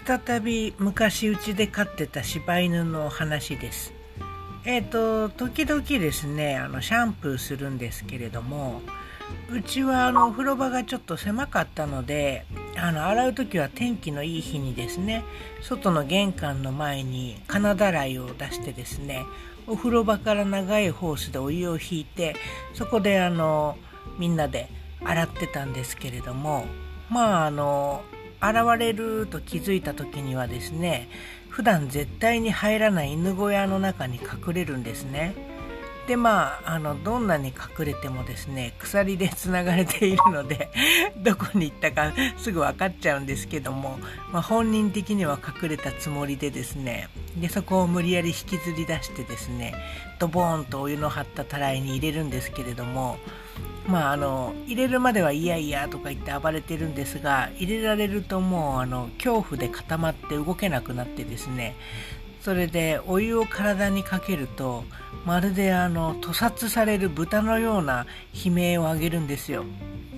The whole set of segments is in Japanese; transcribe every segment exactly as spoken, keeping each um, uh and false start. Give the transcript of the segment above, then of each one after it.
再び昔うちで飼ってた柴犬のお話です。えっ、と時々ですねあのシャンプーするんですけれども、うちはあのお風呂場がちょっと狭かったので、あの洗う時は天気のいい日にですね、外の玄関の前に金だらいを出してですね、お風呂場から長いホースでお湯を引いて、そこであのみんなで洗ってたんですけれども、まああの現れると気づいた時にはですね、普段絶対に入らない犬小屋の中に隠れるんですね。でまああのどんなに隠れてもですね、鎖でつながれているのでどこに行ったかすぐ分かっちゃうんですけども、まあ、本人的には隠れたつもりでですね、でそこを無理やり引きずり出してですね、ドボーンとお湯の張ったたらいに入れるんですけれども、まああの入れるまではいやいやとか言って暴れてるんですが、入れられるともうあの恐怖で固まって動けなくなってですね、それでお湯を体にかけると、まるであの屠殺される豚のような悲鳴を上げるんですよ。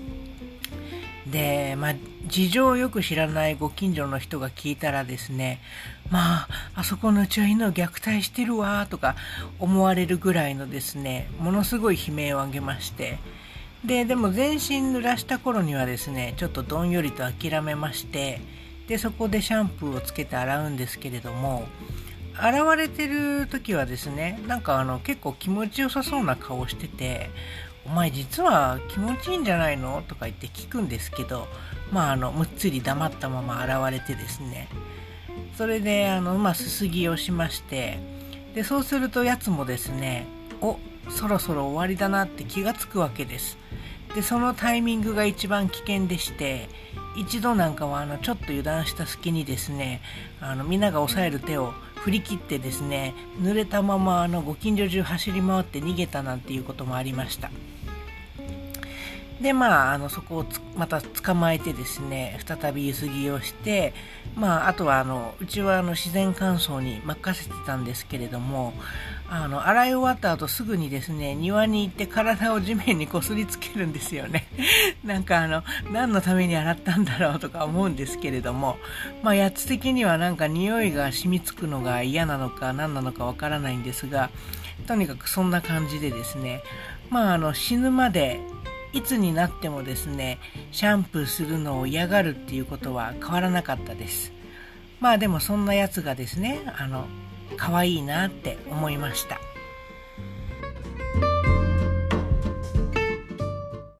でまあ事情をよく知らないご近所の人が聞いたらですね、まああそこのうちは犬を虐待してるわとか思われるぐらいのですね、ものすごい悲鳴を上げまして、ででも全身濡らした頃にはですね、ちょっとどんよりと諦めまして、でそこでシャンプーをつけて洗うんですけれども、洗われてる時はですね、なんかあの結構気持ちよさそうな顔してて、お前実は気持ちいいんじゃないのとか言って聞くんですけど、まああのむっつり黙ったまま洗われてですね、それであのまあすすぎをしまして、でそうするとやつもですね、おそろそろ終わりだなって気がつくわけです。でそのタイミングが一番危険でして、一度なんかはあのちょっと油断した隙にですね、あのみんなが押さえる手を振り切ってですね、濡れたままあのご近所中走り回って逃げたなんていうこともありました。でまあ、あのそこをつまた捕まえてですね、再びゆすぎをして、まあ、あとはあのうちはあの自然乾燥に任せてたんですけれども、あの洗い終わった後すぐにですね、庭に行って体を地面にこすりつけるんですよねなんかあの何のために洗ったんだろうとか思うんですけれども、まあ、やつ的にはなんか匂いが染みつくのが嫌なのか何なのかわからないんですが、とにかくそんな感じでですね、まあ、あの死ぬまでいつになってもですね、シャンプーするのを嫌がるっていうことは変わらなかったです。まあでもそんなやつがですね、あの可愛いなって思いました。